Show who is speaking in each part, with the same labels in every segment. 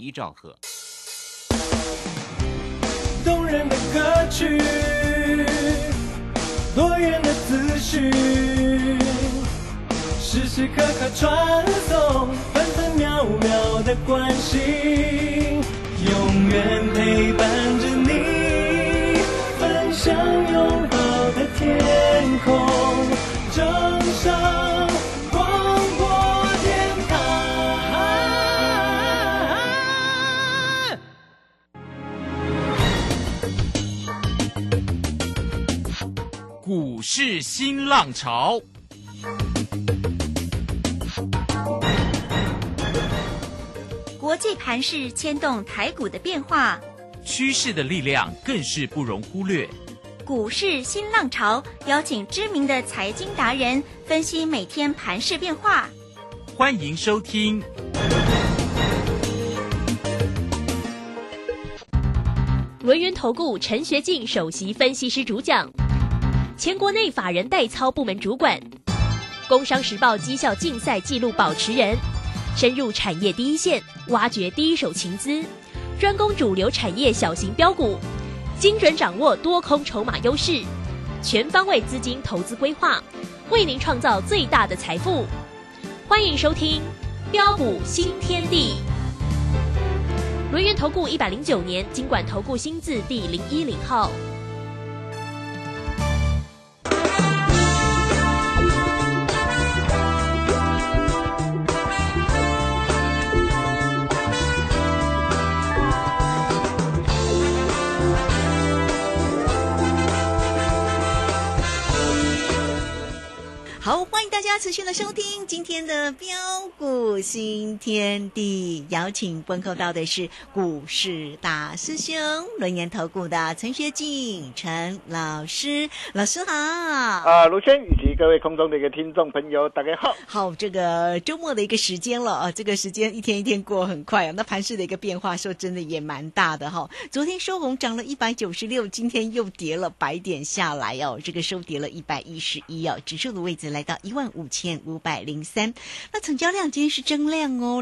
Speaker 1: 一兆赫。
Speaker 2: 动人的歌曲，多元的资讯，时时刻刻传送，分分秒秒的关心，永远陪伴着你，分享拥抱的天空，正上广播电台。
Speaker 1: 股市新浪潮，
Speaker 3: 国际盘势牵动台股的变化，
Speaker 1: 趋势的力量更是不容忽略。
Speaker 3: 股市新浪潮邀请知名的财经达人分析每天盘势变化。
Speaker 1: 欢迎收听
Speaker 4: 轮源投顾陈学进首席分析师主讲，前国内法人代操部门主管，工商时报绩效竞赛纪录保持人，深入产业第一线，挖掘第一手情资，专攻主流产业小型标股，精准掌握多空筹码优势，全方位资金投资规划，为您创造最大的财富。欢迎收听标股新天地。轮源投顾109年金管投顾新字第010号。
Speaker 5: 好，欢迎大家持续的收听今天的标股新天地，邀请观看到的是股市大师兄轮研投顾的陈学进陈老师，老师好。
Speaker 6: 卢轩以及各位空中的一个听众朋友，大家好。
Speaker 5: 好，这个周末的一个时间了啊，这个时间一天一天过很快啊，那盘势的一个变化说真的也蛮大的哈。昨天收红涨了196，今天又跌了100点下来哦，这个收跌了111哦，指数的位置来到15503，那成交量今天是增量哦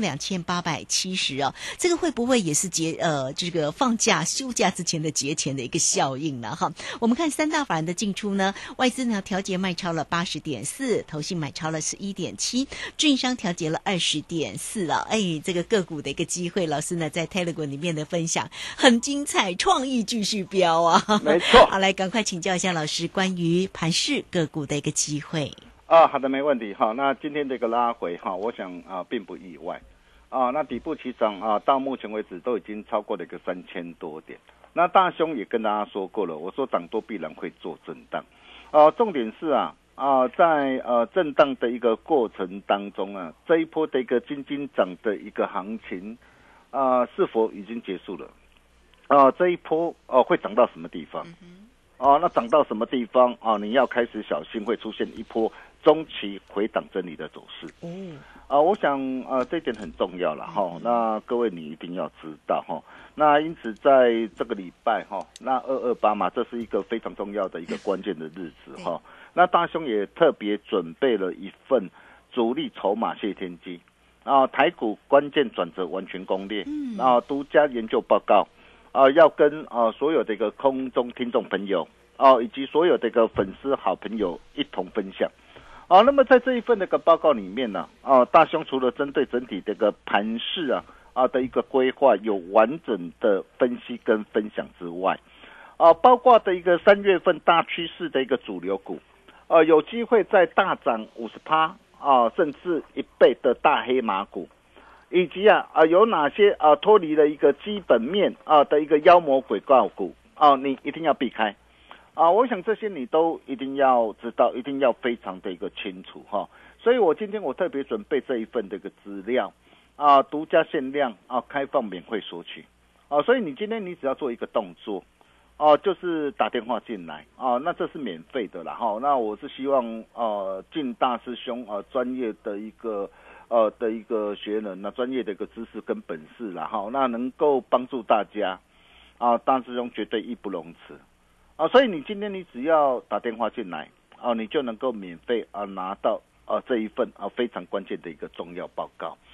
Speaker 5: ，2870哦，这个会不会也是这个放假休假之前的节前的一个效应呢？哈，我们看三大法人的进出呢，外资呢调节卖超了80.4，投信买超了11.7，券商调节了20.4了。哎，这个个股的一个机会，老师呢在 Telegram 里面的分享很精彩，创意继续飙啊！
Speaker 6: 没错，
Speaker 5: 好，来赶快请教一下老师关于盘势个股的一个机会。
Speaker 6: 好的，没问题哈。那今天这个拉回哈，我想并不意外那底部起涨到目前为止都已经超过了一个3000多点。那大兄也跟大家说过了，我说涨多必然会做震荡重点是在震荡的一个过程当中这一波的一个金涨的一个行情是否已经结束了这一波会涨到什么地方那涨到什么地方你要开始小心会出现一波中期回档整理的走势我想这一点很重要了那各位你一定要知道那因此在这个礼拜那228嘛，这是一个非常重要的一个关键的日子那大兄也特别准备了一份主力筹码谢天机台股关键转折完全攻略独家研究报告要跟所有的一个空中听众朋友以及所有的一个粉丝好朋友一同分享那么在这一份那个报告里面呢大兄除了针对整体的一个盘势的一个规划有完整的分析跟分享之外包括的一个3月份大趋势的一个主流股有机会在大涨50%甚至1倍的大黑马股，以及有哪些脱离了一个基本面的一个妖魔鬼怪股你一定要避开我想这些你都一定要知道，一定要非常的一个清楚所以我今天我特别准备这一份的一个资料独家限量开放免费索取所以你今天你只要做一个动作就是打电话进来那这是免费的啦那我是希望进大师兄专业的一个学人专业的一个知识跟本事啦那能够帮助大家大师兄绝对义不容辞所以你今天你只要打电话进来你就能够免费拿到这一份非常关键的一个重要报告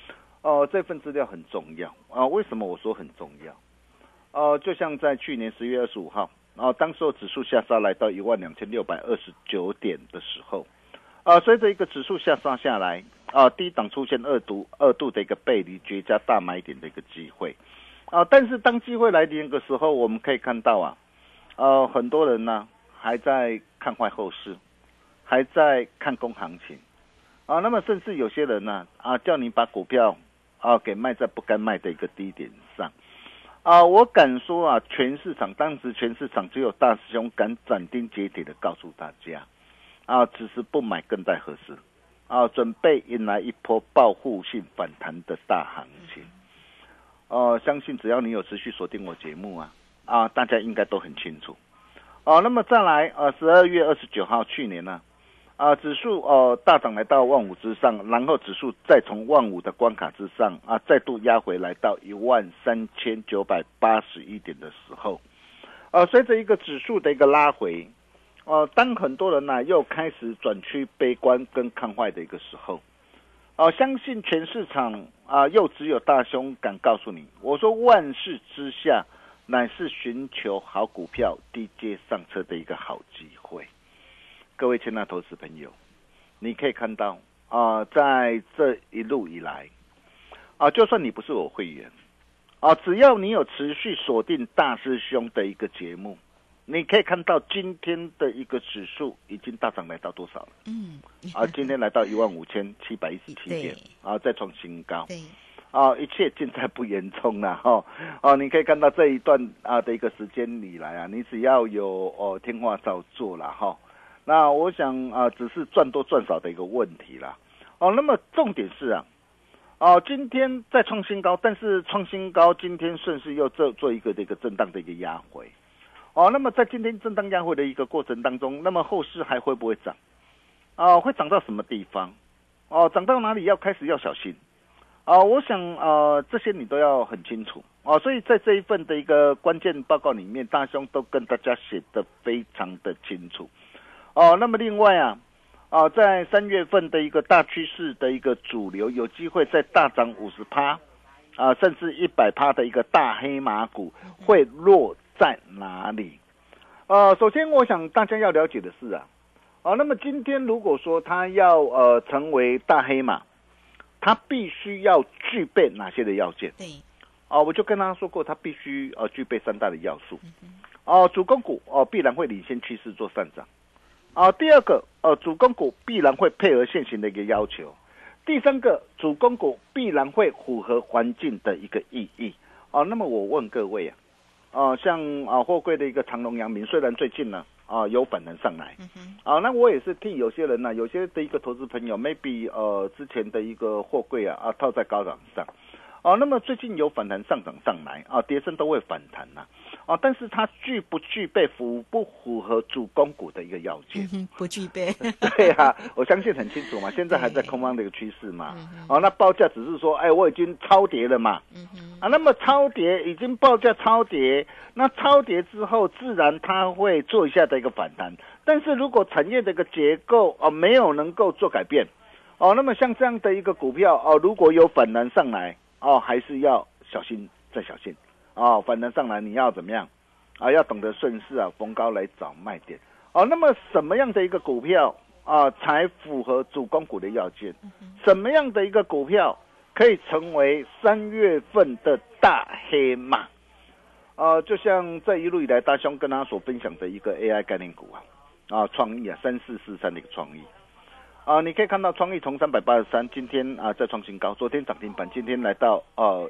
Speaker 6: 这份资料很重要啊。为什么我说很重要？就像在去年10月25号，当时候指数下杀来到12629点的时候，随着一个指数下杀下来，低档出现二度的一个背离绝佳大买点的一个机会，但是当机会来临的时候，我们可以看到很多人呢还在看坏后市，还在看空行情，那么甚至有些人呢叫你把股票给卖在不该卖的一个低点上，我敢说当时全市场只有大师兄敢斩钉截铁的告诉大家，只是不买更待何时，准备迎来一波报复性反弹的大行情。相信只要你有持续锁定我节目大家应该都很清楚。那么再来12月29号去年呢指数大涨来到15000之上，然后指数再从15000的关卡之上再度压回来到13981点的时候，随着一个指数的一个拉回，当很多人又开始转趋悲观跟看坏的一个时候，相信全市场又只有大兄敢告诉你，我说万事之下乃是寻求好股票低阶上车的一个好机会。各位亲爱的投资朋友，你可以看到在这一路以来就算你不是我会员只要你有持续锁定大师兄的一个节目，你可以看到今天的一个指数已经大涨来到多少了？今天来到15717点再创新高。对，一切尽在不言中啦你可以看到这一段的一个时间以来你只要有听话照做啦那我想只是赚多赚少的一个问题啦那么重点是今天在创新高，但是创新高今天顺势又做一个这个震荡的一个压回那么在今天震荡压回的一个过程当中，那么后市还会不会涨会涨到什么地方涨到哪里要开始要小心我想这些你都要很清楚所以在这一份的一个关键报告里面，大兄都跟大家写得非常的清楚那么另外在3月份的一个大趋势的一个主流有机会再大涨50%甚至100%的一个大黑马股会落在哪里首先我想大家要了解的是那么今天如果说它要成为大黑马，它必须要具备哪些的要件？对我就跟他说过，它必须具备3大的要素主攻股必然会领先趋势做上涨第二个主攻股必然会配合现行的一个要求，第三个主攻股必然会符合环境的一个意义那么我问各位像货柜的一个长荣阳明，虽然最近呢有反弹上来那我也是替有些人有些的一个投资朋友 maybe 之前的一个货柜套在高档上那么最近有反弹上涨上来跌升都会反弹但是它具不具备符不符合主攻股的一个要件？
Speaker 5: 不具备。
Speaker 6: 对我相信很清楚嘛，现在还在空方的一个趋势嘛那报价只是说我已经超跌了嘛那么超跌已经报价超跌，那超跌之后自然它会做一下的一个反弹，但是如果产业的一个结构没有能够做改变那么像这样的一个股票如果有反弹上来还是要小心再小心反弹上来你要怎么样要懂得顺势逢高来找卖点那么什么样的一个股票才符合主攻股的要件？什么样的一个股票可以成为3月份的大黑马就像这一路以来大兄跟他所分享的一个 AI 概念股创意3443的一个创意你可以看到创意从383今天再创新高，昨天涨停板，今天来到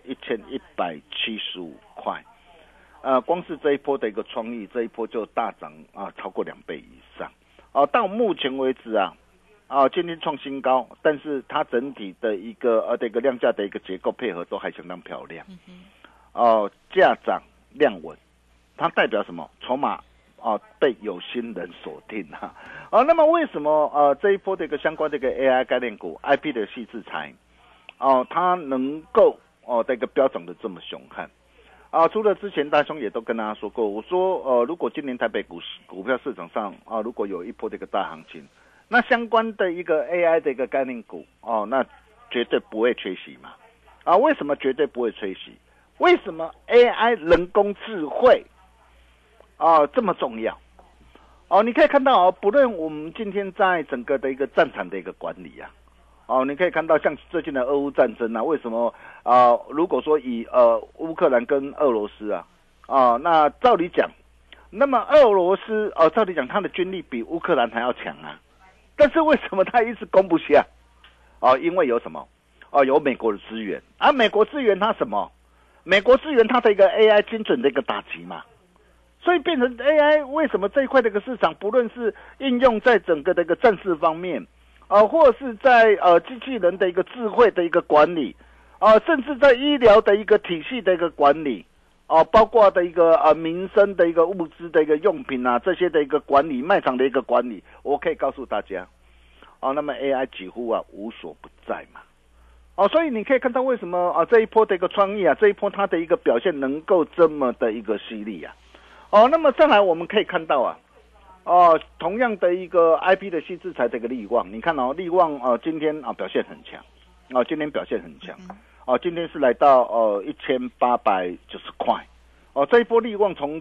Speaker 6: 1175块光是这一波的一个创意，这一波就大涨超过2倍以上到目前为止今天创新高，但是它整体的一个量价的一个结构配合都还相当漂亮价涨量稳，它代表什么？筹码被有心人锁定那么为什么这一波的一个相关的一个 AI 概念股 IP 的矽智财它能够这个飙涨的这么凶悍除了之前大兄也都跟大家说过，我说如果今年台北股票市场上如果有一波的一个大行情，那相关的一个 AI 的一个概念股那绝对不会缺席嘛为什么绝对不会吹息？为什么 AI 人工智慧这么重要？你可以看到不论我们今天在整个的一个战场的一个管理你可以看到像最近的俄乌战争为什么如果说以乌克兰跟俄罗斯那照理讲，那么俄罗斯照理讲他的军力比乌克兰还要强但是为什么他一直攻不下？因为有什么？有美国的资源美国资源它什么？美国资源它的一个 AI 精准的一个打击嘛。所以变成 AI 为什么这一块的一个市场，不论是应用在整个的一个战事方面，或者是在机器人的一个智慧的一个管理，甚至在医疗的一个体系的一个管理，包括的一个民生的一个物资的一个用品这些的一个管理，卖场的一个管理，我可以告诉大家，那么 AI 几乎无所不在嘛。所以你可以看到为什么这一波的一个创意这一波它的一个表现能够这么的一个犀利那么再来我们可以看到同样的一个 IP 的细制裁的一个力旺，你看力旺今天表现很强今天表现很强今天是来到1890块这一波力旺从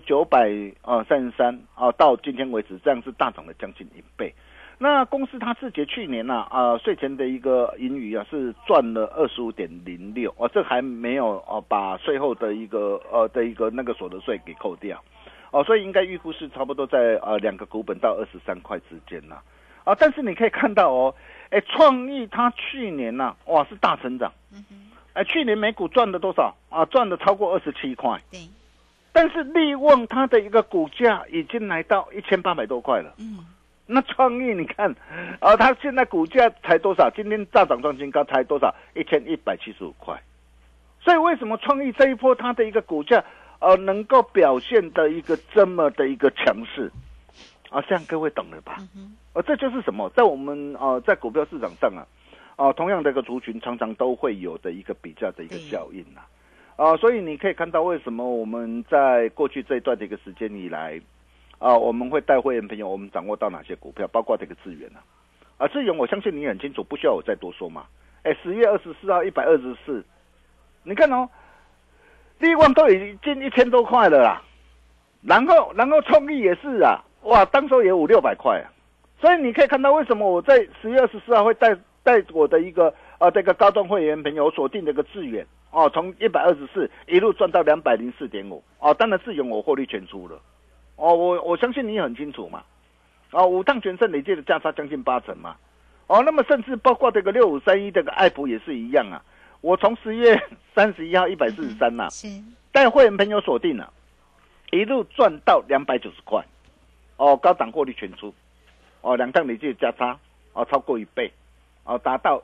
Speaker 6: 933到今天为止，这样是大涨了将近1倍。那公司它自己去年税前的一个盈余是赚了25.06这还没有把税后的一个那个所得税给扣掉所以应该预估是差不多在2个股本到23块之间但是你可以看到创意它去年是大成长去年每股赚了多少赚了超过27块。对。但是力旺它的一个股价已经来到1800多块了。那创意你看它现在股价才多少？今天大涨创新高才多少？1175块。所以为什么创意这一波它的一个股价能够表现的一个这么的一个强势这样各位懂了吧？这就是什么？在我们在股票市场上同样的一个族群常常都会有的一个比较的一个效应所以你可以看到为什么我们在过去这一段的一个时间以来我们会带会员朋友我们掌握到哪些股票，包括这个资源资源我相信你很清楚，不需要我再多说嘛。10月24号124，你看力旺都已经1000多块了啦，然后创意也是当时也500-600块所以你可以看到为什么我在10月24号会带我的一个这个高端会员朋友锁定的一个资源从124一路赚到204.5当然资源我获利全出了我相信你很清楚嘛5趟全胜累计的价差将近80%嘛那么甚至包括这个6531这个爱普也是一样我从10月31号143带会员朋友锁定了，一路赚到290块高档获利全出2趟累计的价差超过1倍达到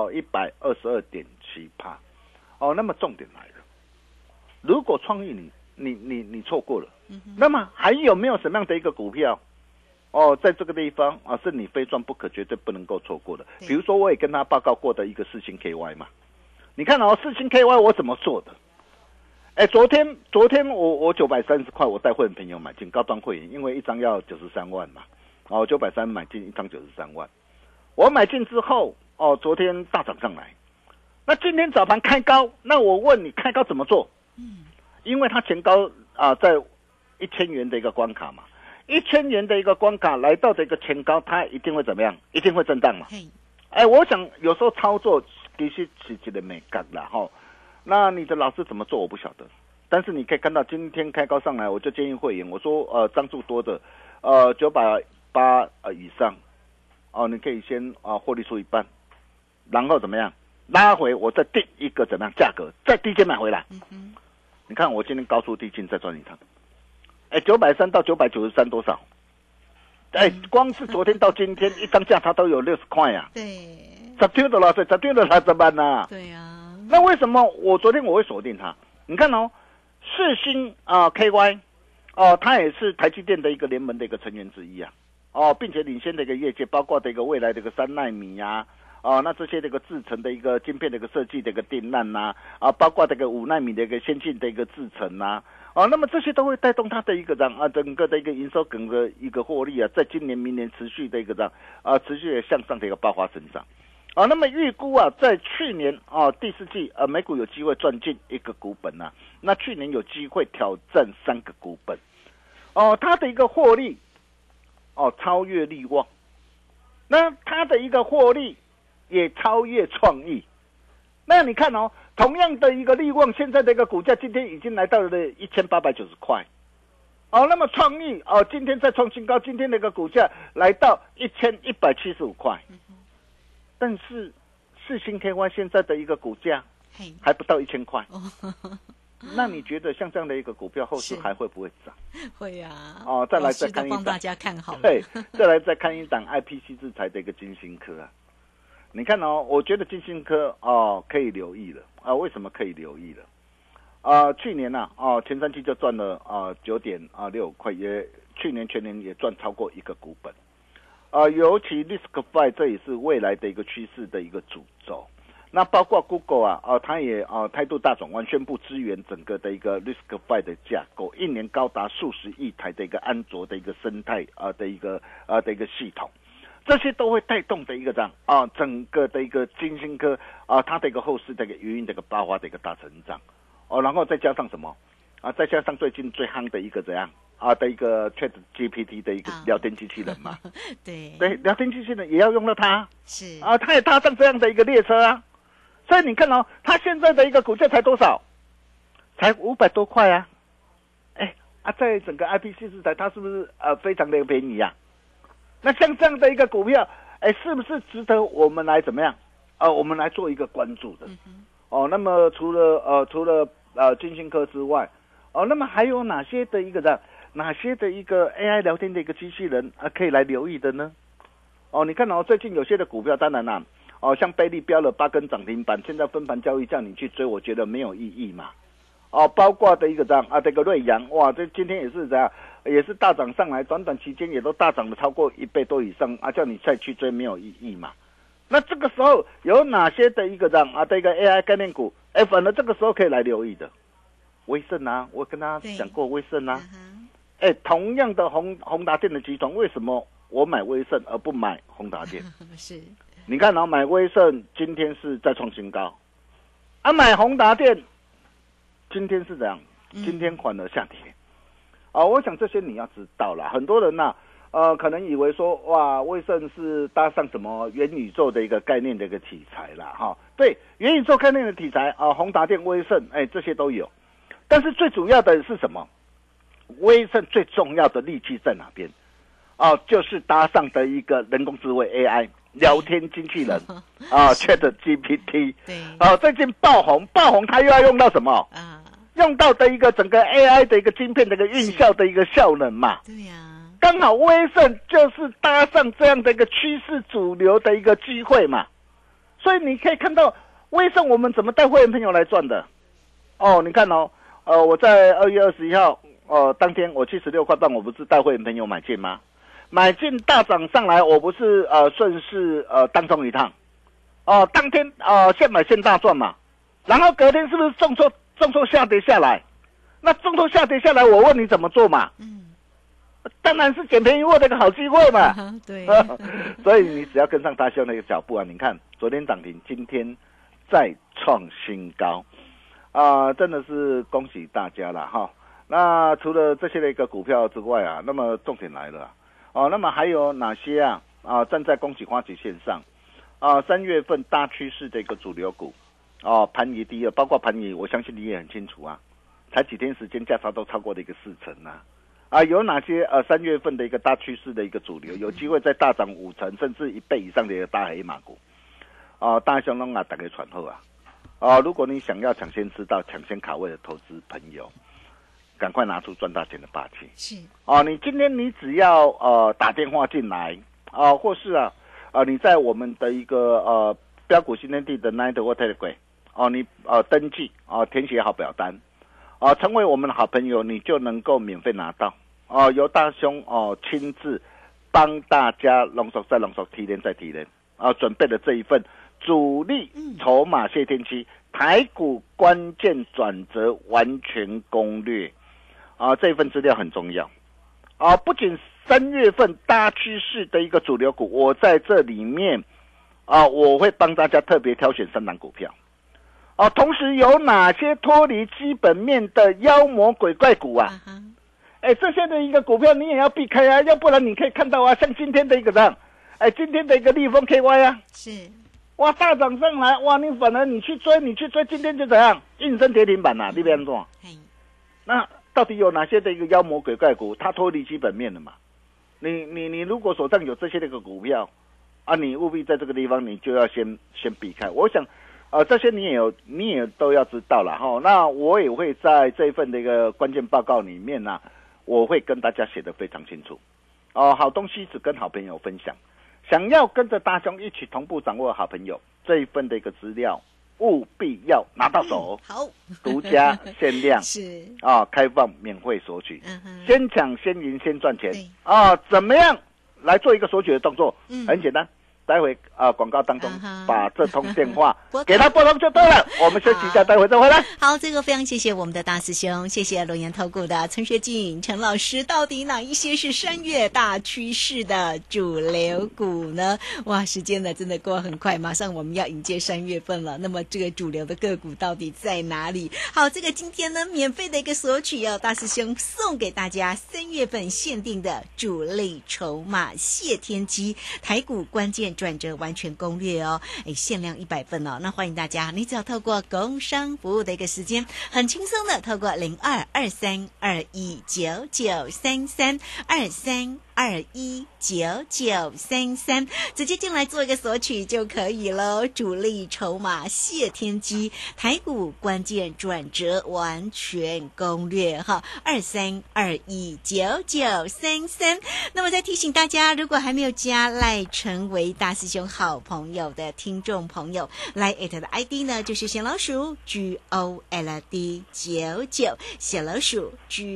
Speaker 6: 122.7%那么重点来了，如果创意你错过了那么还有没有什么样的一个股票在这个地方是你非赚不可，绝对不能够错过的？比如说我也跟他报告过的一个世芯 KY 嘛，你看世芯 KY 我怎么做的昨天我930块我带会员朋友买进高端会员，因为一张要93万嘛930买进一张93万，我买进之后昨天大涨上来，那今天早盘开高，那我问你开高怎么做？因为它前高在1000元的一个关卡嘛，1000元的一个关卡来到的一个前高，它一定会怎么样？一定会震荡嘛。我想有时候操作其实是一个美感啦那你的老师怎么做我不晓得，但是你可以看到今天开高上来，我就建议会员我说张数多的980以上你可以先获利出一半，然后怎么样拉回，我再定一个怎么样价格，再低阶买回来。你看我今天高出低进再赚一趟，930到993多少？光是昨天到今天一张价差都有60块
Speaker 5: 对
Speaker 6: ，10天的10天的30万
Speaker 5: 对
Speaker 6: 那为什么我昨天我会锁定它？你看世芯KY 它也是台积电的一个联盟的一个成员之一并且领先的一个业界，包括的一个未来的一个3奈米那这些这个制程的一个晶片的一个设计的一个订单包括这个5奈米的一个先进的一个制程那么这些都会带动它的一个整个的一个营收跟的一个获利在今年明年持续的一个持续的向上的一个爆发成长那么预估啊，在去年第四季美股有机会赚进1个股本啊，那去年有机会挑战3个股本，它的一个获利超越力旺，那它的一个获利也超越创意。那你看同样的一个力旺，现在的一个股价今天已经来到了1890块，那么创意今天再创新高，今天的一个股价来到1175块。但是世芯 KY 现在的一个股价还不到1000块，那你觉得像这样的一个股票后市还会不会涨？
Speaker 5: 会啊。
Speaker 6: 再来再看一档，
Speaker 5: 帮大家看好。
Speaker 6: 对，再来再看一档 IPC 制裁的一个金星科啊。你看我觉得金星科可以留意了为什么可以留意了？去年前3季就赚了9.6块，也去年全年也赚超过1个股本。尤其 RISC-V 这也是未来的一个趋势的一个主轴。那包括 Google 它也态度大转弯，宣布支援整个的一个 RISC-V 的架构，1年高达数十亿台的一个安卓的一个生态的一个系统，这些都会带动的一个这样整个的一个金星科它的一个后市的一个营运的一个爆发的一个大成长然后再加上什么再加上最近最夯的一个怎样的一个 ChatGPT 的一个聊天机器人嘛，
Speaker 5: 对，
Speaker 6: 聊天机器人也要用到它，
Speaker 5: 是
Speaker 6: 它也搭上这样的一个列车所以你看它现在的一个股价才多少？才500多块啊！在整个 IPC 制裁，它是不是非常的便宜啊？那像这样的一个股票，是不是值得我们来怎么样？我们来做一个关注的。那么除了金星科之外，那么还有哪些的一个AI 聊天的一个机器人可以来留意的呢？你看最近有些的股票，当然像贝利标了8根涨停板，现在分盘交易叫你去追，我觉得没有意义嘛。包括的一个这样这个瑞阳，哇，这今天也是这样，也是大涨上来，短期间也都大涨了超过1倍多以上叫你再去追没有意义嘛。那这个时候有哪些的一个这样的一个 AI 概念股，反而这个时候可以来留意的？威盛我跟大家讲过威盛同样的宏达电的集团，为什么我买威盛而不买宏达电？
Speaker 5: 是，
Speaker 6: 你看买威盛今天是再创新高，买宏达电今天是怎样？今天反而下跌。我想这些你要知道啦。很多人可能以为说哇，威盛是搭上什么元宇宙的一个概念的一个题材啦对，元宇宙概念的题材宏达电、威盛这些都有。但是最主要的是什么？威盛最重要的利器在哪边？就是搭上的一个人工智慧 AI 聊天机器人ChatGPT。对。最近爆红，它又要用到什么？用到的一个整个 AI 的一个晶片的一个运效的一个效能嘛。
Speaker 5: 对呀。
Speaker 6: 刚好威盛就是搭上这样的一个趋势主流的一个机会嘛。所以你可以看到威盛我们怎么带会员朋友来赚的。你看我在2月21号当天我76块半，我不是带会员朋友买进吗？买进大涨上来，我不是顺势当中一趟当天现买现大赚嘛。然后隔天是不是重挫下跌下来？那重挫下跌下来，我问你怎么做嘛？当然是捡便宜货的一个好机会嘛。
Speaker 5: 对。
Speaker 6: 所以你只要跟上大兄的一个脚步你看昨天涨停，今天再创新高真的是恭喜大家了那除了这些的一个股票之外那么重点来了那么还有哪些站在恭喜花旗线上3月份大趋势的一个主流股盘仪第二，包括盘仪，我相信你也很清楚才几天时间价差都超过了一个40%有哪些3月份的一个大趋势的一个主流，有机会再大涨50%甚至1倍以上的一个大黑马股大兄龙大家传后如果你想要抢先知道、抢先卡位的投资朋友，赶快拿出赚大钱的霸气。
Speaker 5: 是
Speaker 6: 你今天你只要打电话进来或是你在我们的一个标股新天地的 Night or Telegram 你登记填写好表单成为我们的好朋友，你就能够免费拿到由大兄亲自帮大家浓缩再浓缩、提炼再提炼准备的这一份主力筹码谢天期台股关键转折完全攻略这一份资料很重要不仅3月份大趋势的一个主流股，我在这里面我会帮大家特别挑选3档股票。同时有哪些脱离基本面的妖魔鬼怪股啊？这些的一个股票你也要避开啊，要不然你可以看到啊，像今天的一个这样，今天的一个立丰 KY 啊，
Speaker 5: 是，
Speaker 6: 哇，大涨上来，哇，你反而你去追，今天就怎样，应声跌停板啊，你别安怎？那到底有哪些的一个妖魔鬼怪股，它脱离基本面了嘛？你如果手上有这些的一个股票啊，你务必在这个地方你就要先避开。我想，这些你也都要知道了哈。那我也会在这一份的一个关键报告里面呢，我会跟大家写得非常清楚。好东西只跟好朋友分享，想要跟着大兄一起同步掌握的好朋友，这一份的一个资料务必要拿到手，
Speaker 5: 好，
Speaker 6: 独家限量
Speaker 5: 是
Speaker 6: 开放免费索取，先抢先赢先赚钱怎么样来做一个索取的动作？很简单。待会广告当中把这通电话给他拨通就对了。我们休息一下，待会再回来。
Speaker 5: 好，这个非常谢谢我们的大师兄，谢谢龙岩投顾的陈学进陈老师。到底哪一些是3月大趋势的主流股呢？哇，时间呢真的过很快，马上我们要迎接3月份了。那么这个主流的个股到底在哪里？好，这个今天呢免费的一个索取大师兄送给大家3月份限定的主力筹码谢天机台股关键转折完全攻略限量100份那欢迎大家，你只要透过工商服务的一个时间，很轻松的透过022321993323219933直接进来做一个索取就可以了。主力筹码谢天机台股关键转折完全攻略23219933。那么再提醒大家，如果还没有加赖成为大师兄好朋友的听众朋友，来@的 ID 呢就是小老鼠 GOLD99， 小老鼠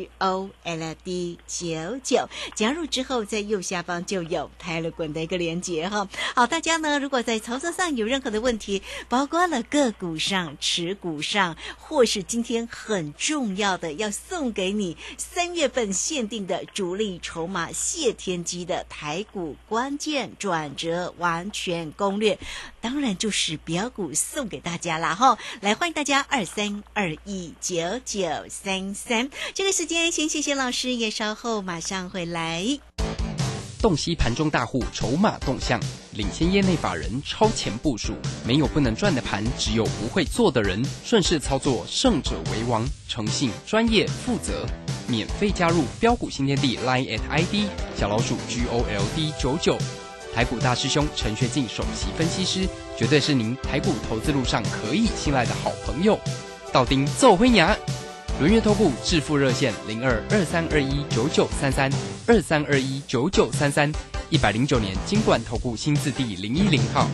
Speaker 5: GOLD99， 加入之后在右下方就有Telegram的一个连结好，大家呢如果在操作上有任何的问题，包括了个股上持股上，或是今天很重要的要送给你3月份限定的主力筹码谢天机的台股关键转折完全攻略，当然就是标股送给大家啦来欢迎大家23219933。这个时间先谢谢老师，也稍后马上回来。
Speaker 7: 洞悉盘中大户筹码动向，领先业内法人超前部署，没有不能赚的盘，只有不会做的人。顺势操作，胜者为王。诚信、专业、负责，免费加入标股新天地 Line ID 小老鼠 GOLD99。台股大师兄陈学进首席分析师，绝对是您台股投资路上可以信赖的好朋友。道丁奏辉牙，轮源投顾致富热线0223219933，23219933，109年金管投顾新字第010号。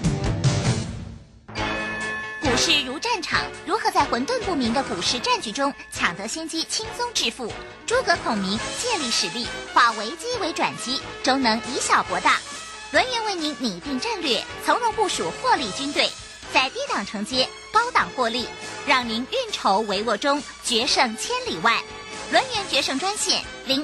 Speaker 8: 股市如战场，如何在混沌不明的股市战局中抢得先机，轻松致富？诸葛孔明借力使力，化危机为转机，终能以小博大。轮源为您拟定战略，从容部署获利军队，在低档承接，高档获利，让您运筹帷幄中决胜千里外。轮源决胜专线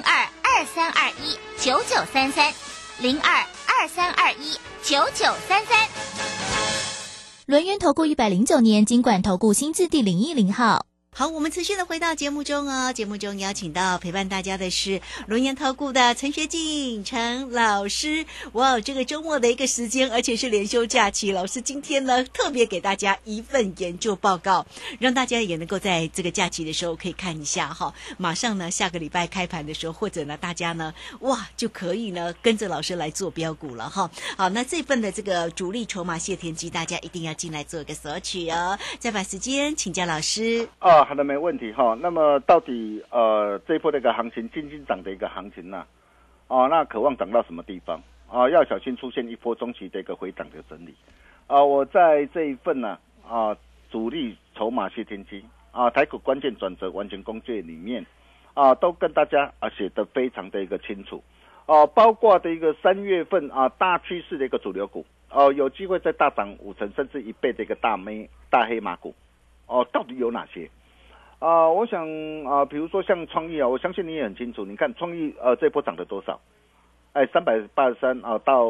Speaker 8: 0223219933，0223219933。
Speaker 9: 轮源投顾109年金管投顾新字第010号。
Speaker 5: 好，我们持续的回到节目中节目中邀请到陪伴大家的是轮源投顾的陈学进陈老师。哇，这个周末的一个时间，而且是连休假期，老师今天呢特别给大家一份研究报告，让大家也能够在这个假期的时候可以看一下马上呢下个礼拜开盘的时候，或者呢大家呢就可以呢跟着老师来做标股了好，那这份的这个主力筹码谢天机，大家一定要进来做一个索取再把时间请教老师。
Speaker 6: 好的，没问题那么到底这一波的一个行情，静静涨的一个行情呢那渴望涨到什么地方要小心出现一波中期的一个回涨的整理我在这一份呢主力筹码谢天机台股关键转折完全攻略里面都跟大家写得非常的一个清楚包括的一个3月份大趋势的一个主流股有机会再大涨5成甚至1倍的一个大黑马股到底有哪些？我想比如说像创意我相信你也很清楚，你看创意这波涨了多少 383到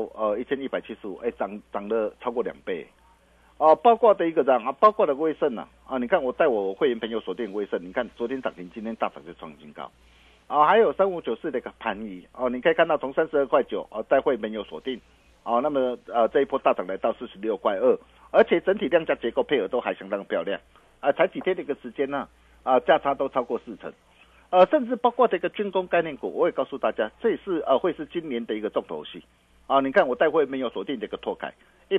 Speaker 6: 1175，涨了超过2倍。包括的一个包括的威盛你看我带我会员朋友锁定威盛，你看昨天涨停，今天大涨就创新高。还有3594的一个盘仪你可以看到从32.9块带会员朋友锁定那么这一波大涨来到46.2块，而且整体量价结构配合都还相当漂亮才几天的一个时间价差都超过4成。甚至包括这个军工概念股，我也告诉大家，这也是会是今年的一个重头戏你看我带会没有锁定这个拓凯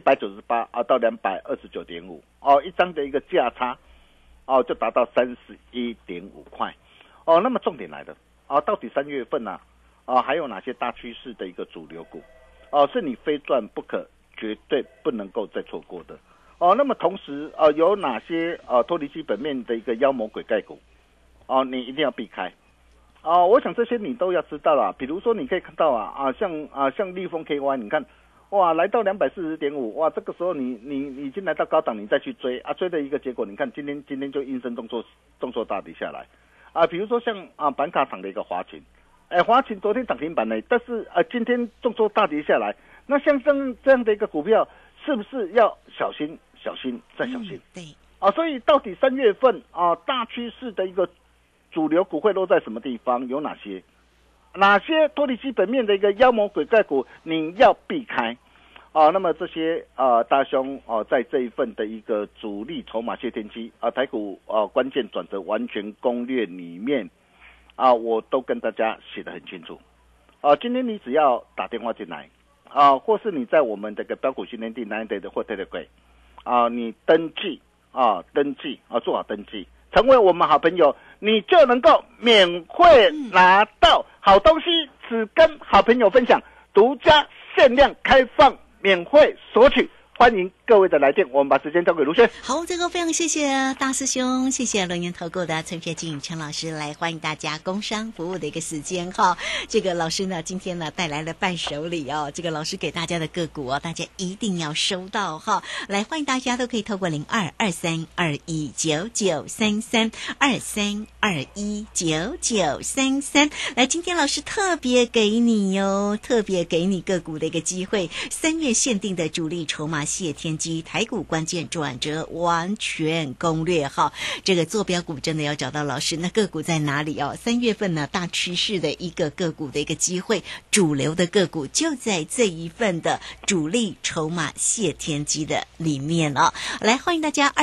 Speaker 6: 198到229.5一张的一个价差就达到31.5块那么重点来了到底3月份还有哪些大趋势的一个主流股是你非赚不可，绝对不能够再错过的那么同时有哪些脱离基本面的一个妖魔鬼怪股你一定要避开我想这些你都要知道啦。比如说你可以看到像立丰 KY， 你看哇来到240.5，哇这个时候你已经来到高档，你再去追追的一个结果，你看今天就应声重挫大跌下来比如说像板卡厂的一个华勤华勤昨天涨停板呢，但是今天重挫大跌下来，那像这样的一个股票是不是要小心再小心
Speaker 5: 对
Speaker 6: 所以到底3月份大趋势的一个主流股会落在什么地方？有哪些脱离基本面的一个妖魔鬼怪股你要避开那么这些大兄在这一份的一个主力筹码谢天机台股关键转折完全攻略里面我都跟大家写得很清楚今天你只要打电话进来或是你在我们这个标股训练地 9day 的或 Telegram 你登记做好登记，成为我们好朋友，你就能够免费拿到好东西，只跟好朋友分享，独家限量开放，免费索取。欢迎各位的来电，我们把时间交给卢轩。
Speaker 5: 好，这个非常谢谢大师兄，谢谢轮源投顾的陈学进陈老师来欢迎大家工商服务的一个时间哈。这个老师呢，今天呢带来了伴手礼这个老师给大家的个股大家一定要收到哈。来，欢迎大家都可以透过022321993323219933来，今天老师特别给你个股的一个机会，3月限定的主力筹码谢天机台股关键转折完全攻略哈，这个坐标股真的要找到老师，那个股在哪里3月份呢大趋势的一个个股的一个机会，主流的个股就在这一份的主力筹码谢天机的里面来，欢迎大家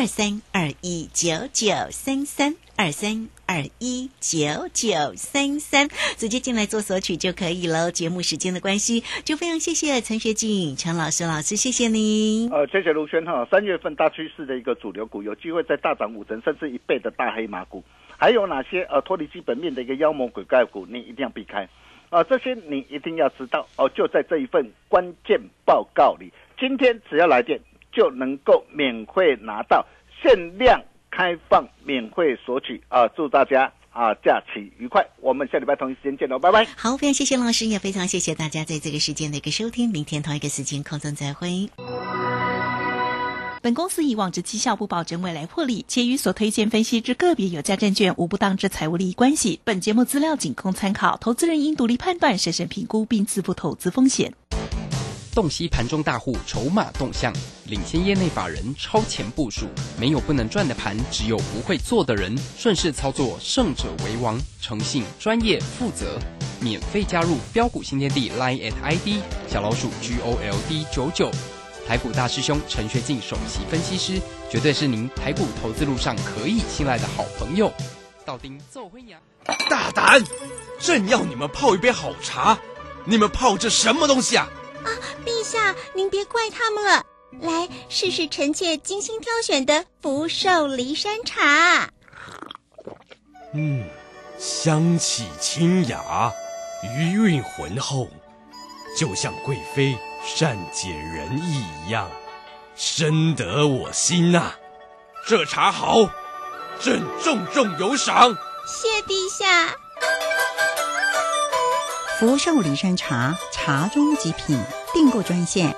Speaker 5: 2321993323219933直接进来做索取就可以了。节目时间的关系，就非常谢谢陈学进陈老师，谢谢您。
Speaker 6: 谢谢卢轩3月份大趋势的一个主流股，有机会再大涨5成甚至1倍的大黑马股，还有哪些脱离基本面的一个妖魔鬼怪股，你一定要避开这些你一定要知道就在这一份关键报告里，今天只要来电就能够免费拿到限量开放免费索取祝大家假期愉快，我们下礼拜同一时间见喽，拜拜。
Speaker 5: 好，非常谢谢老师，也非常谢谢大家在这个时间的一个收听，明天同一个时间空中再会。
Speaker 10: 本公司以往之绩效不保证未来获利，且与所推荐分析之个别有价证券无不当之财务利益关系。本节目资料仅供参考，投资人应独立判断、审慎评估并自负投资风险。
Speaker 7: 洞悉盘中大户筹码动向，领先业内法人超前部署，没有不能赚的盘，只有不会做的人。顺势操作，胜者为王。诚信、专业、负责，免费加入标股新天地 Line ID 小老鼠 GOLD99。台股大师兄陈学进首席分析师，绝对是您台股投资路上可以信赖的好朋友。道丁奏辉呀！
Speaker 1: 大胆！正要你们泡一杯好茶，你们泡这什么东西啊？
Speaker 3: 陛下，您别怪他们了。来，试试臣妾精心挑选的福寿梨山茶。
Speaker 1: 香气清雅，余韵浑厚，就像贵妃善解人意一样，深得我心呐。这茶好，朕重重有赏。
Speaker 3: 谢陛下。
Speaker 11: 福寿梨山茶，茶中极品，订购专线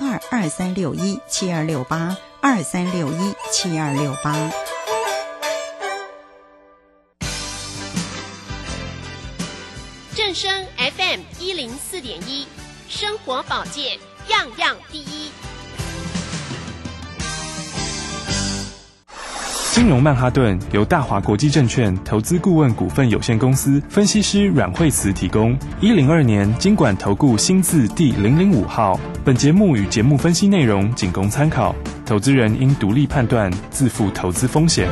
Speaker 11: 022361726823617268。
Speaker 4: 正正声 FM 104.1，生活保健样样第一。
Speaker 12: 金融曼哈顿由大华国际证券投资顾问股份有限公司分析师阮惠慈提供。102年金管投顾新字第005号。本节目与节目分析内容仅供参考，投资人应独立判断，自负投资风险。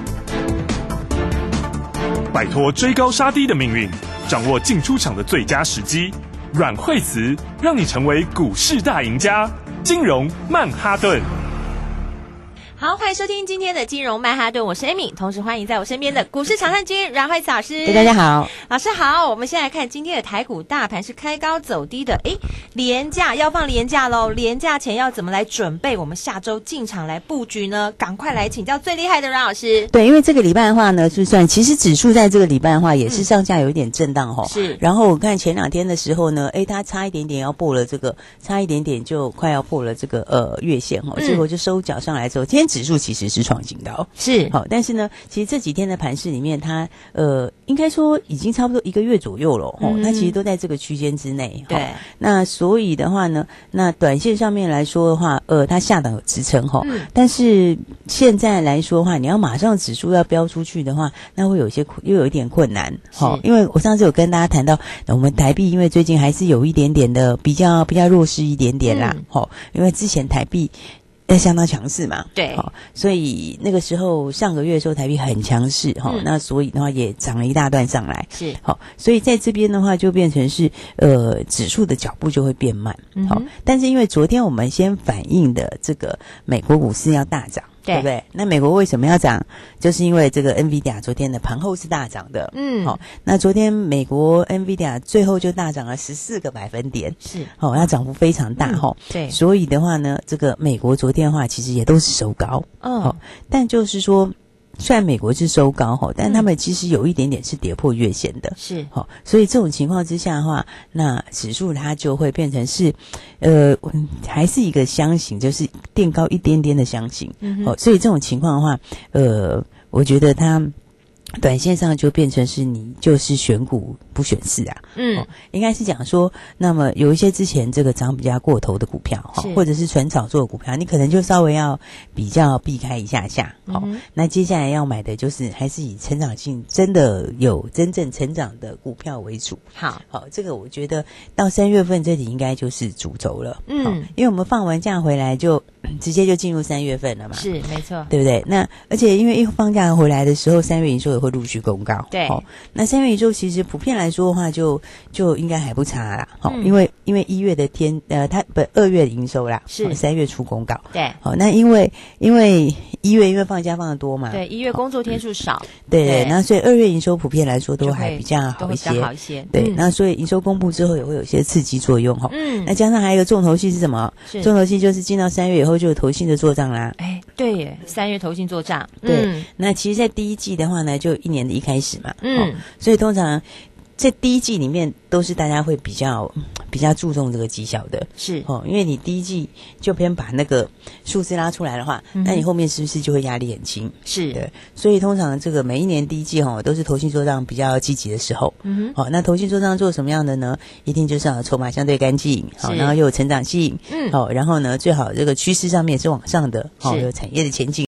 Speaker 12: 摆脱追高杀低的命运，掌握进出场的最佳时机。阮惠慈让你成为股市大赢家。金融曼哈顿。
Speaker 13: 好，欢迎收听今天的金融曼哈顿，我是 Amy， 同时欢迎在我身边的股市常胜军阮惠慈老师。
Speaker 14: 大家好，
Speaker 13: 老师好。我们先来看今天的台股大盘是开高走低的，连假要放连假咯，连假前要怎么来准备我们下周进场来布局呢？赶快来请教最厉害的阮老师。
Speaker 14: 对，因为这个礼拜的话呢，就算其实指数在这个礼拜的话也是上下有一点震荡
Speaker 13: 是。
Speaker 14: 然后我看前2天的时候呢，它差一点点要破了这个，差一点点就快要破了这个月线结果就收脚上来之后，今天指数其实是创新高，
Speaker 13: 是
Speaker 14: 好，但是呢，其实这几天的盘势里面，它应该说已经差不多1个月左右了它其实都在这个区间之内。
Speaker 13: 对，
Speaker 14: 那所以的话呢，那短线上面来说的话，它下档有支撑但是现在来说的话，你要马上指数要飙出去的话，那会有一点困难因为我上次有跟大家谈到，我们台币因为最近还是有一点点的比较弱势一点点啦因为之前台币相当强势嘛，
Speaker 13: 对，
Speaker 14: 所以那个时候上个月的时候台币很强势那所以的话也涨了一大段上来，
Speaker 13: 是
Speaker 14: 所以在这边的话就变成是指数的脚步就会变慢但是因为昨天我们先反映的这个美国股市要大涨，对不对？那美国为什么要涨？就是因为这个 NVIDIA 昨天的盘后是大涨的，那昨天美国 NVIDIA 最后就大涨了14个百分点，
Speaker 13: 是
Speaker 14: 那涨幅非常大
Speaker 13: 对，
Speaker 14: 所以的话呢，这个美国昨天的话其实也都是收高，但就是说。虽然美国是收高但他们其实有一点点是跌破月线的，
Speaker 13: 是
Speaker 14: 所以这种情况之下的话，那指数它就会变成是还是一个箱型，就是垫高一点点的箱型所以这种情况的话我觉得它短线上就变成是你就是选股不选市啊，应该是讲说，那么有一些之前这个涨比较过头的股票或者是纯炒作的股票，你可能就稍微要比较避开一下那接下来要买的就是还是以成长性真的有真正成长的股票为主。好，这个我觉得到3月份这里应该就是主轴了，因为我们放完假回来就直接就进入3月份了嘛，
Speaker 13: 是没错，
Speaker 14: 对不对？那而且因为一放假回来的时候，3月营收也会陆续公告，
Speaker 13: 对，
Speaker 14: 那3月营收其实普遍来说的话就应该还不差啦，因为1月的它2月的营收啦，
Speaker 13: 是
Speaker 14: 3月初公告，
Speaker 13: 对，
Speaker 14: 那因为1月因为放假放得多嘛，
Speaker 13: 对，1月工作天数少，
Speaker 14: 对，那所以2月营收普遍来说都还比较好一些，对，那所以营收公布之后也会有一些刺激作用那加上还有一个重头戏是什么？重头戏就是进到3月以后就有投信的做账啦，
Speaker 13: 对耶，3月投信做账，
Speaker 14: 对，那其实在第一季的话呢，就1年的一开始嘛，所以通常在第一季里面都是大家会比较注重这个绩效的，
Speaker 13: 是
Speaker 14: 因为你第一季就偏把那个数字拉出来的话，那你后面是不是就会压力很轻？
Speaker 13: 是
Speaker 14: 对，所以通常这个每一年第一季都是投信做账比较积极的时候，那投信做账做什么样的呢？一定就是要筹码相对干净，然后又有成长性，然后呢最好这个趋势上面也是往上的，有产业的前景。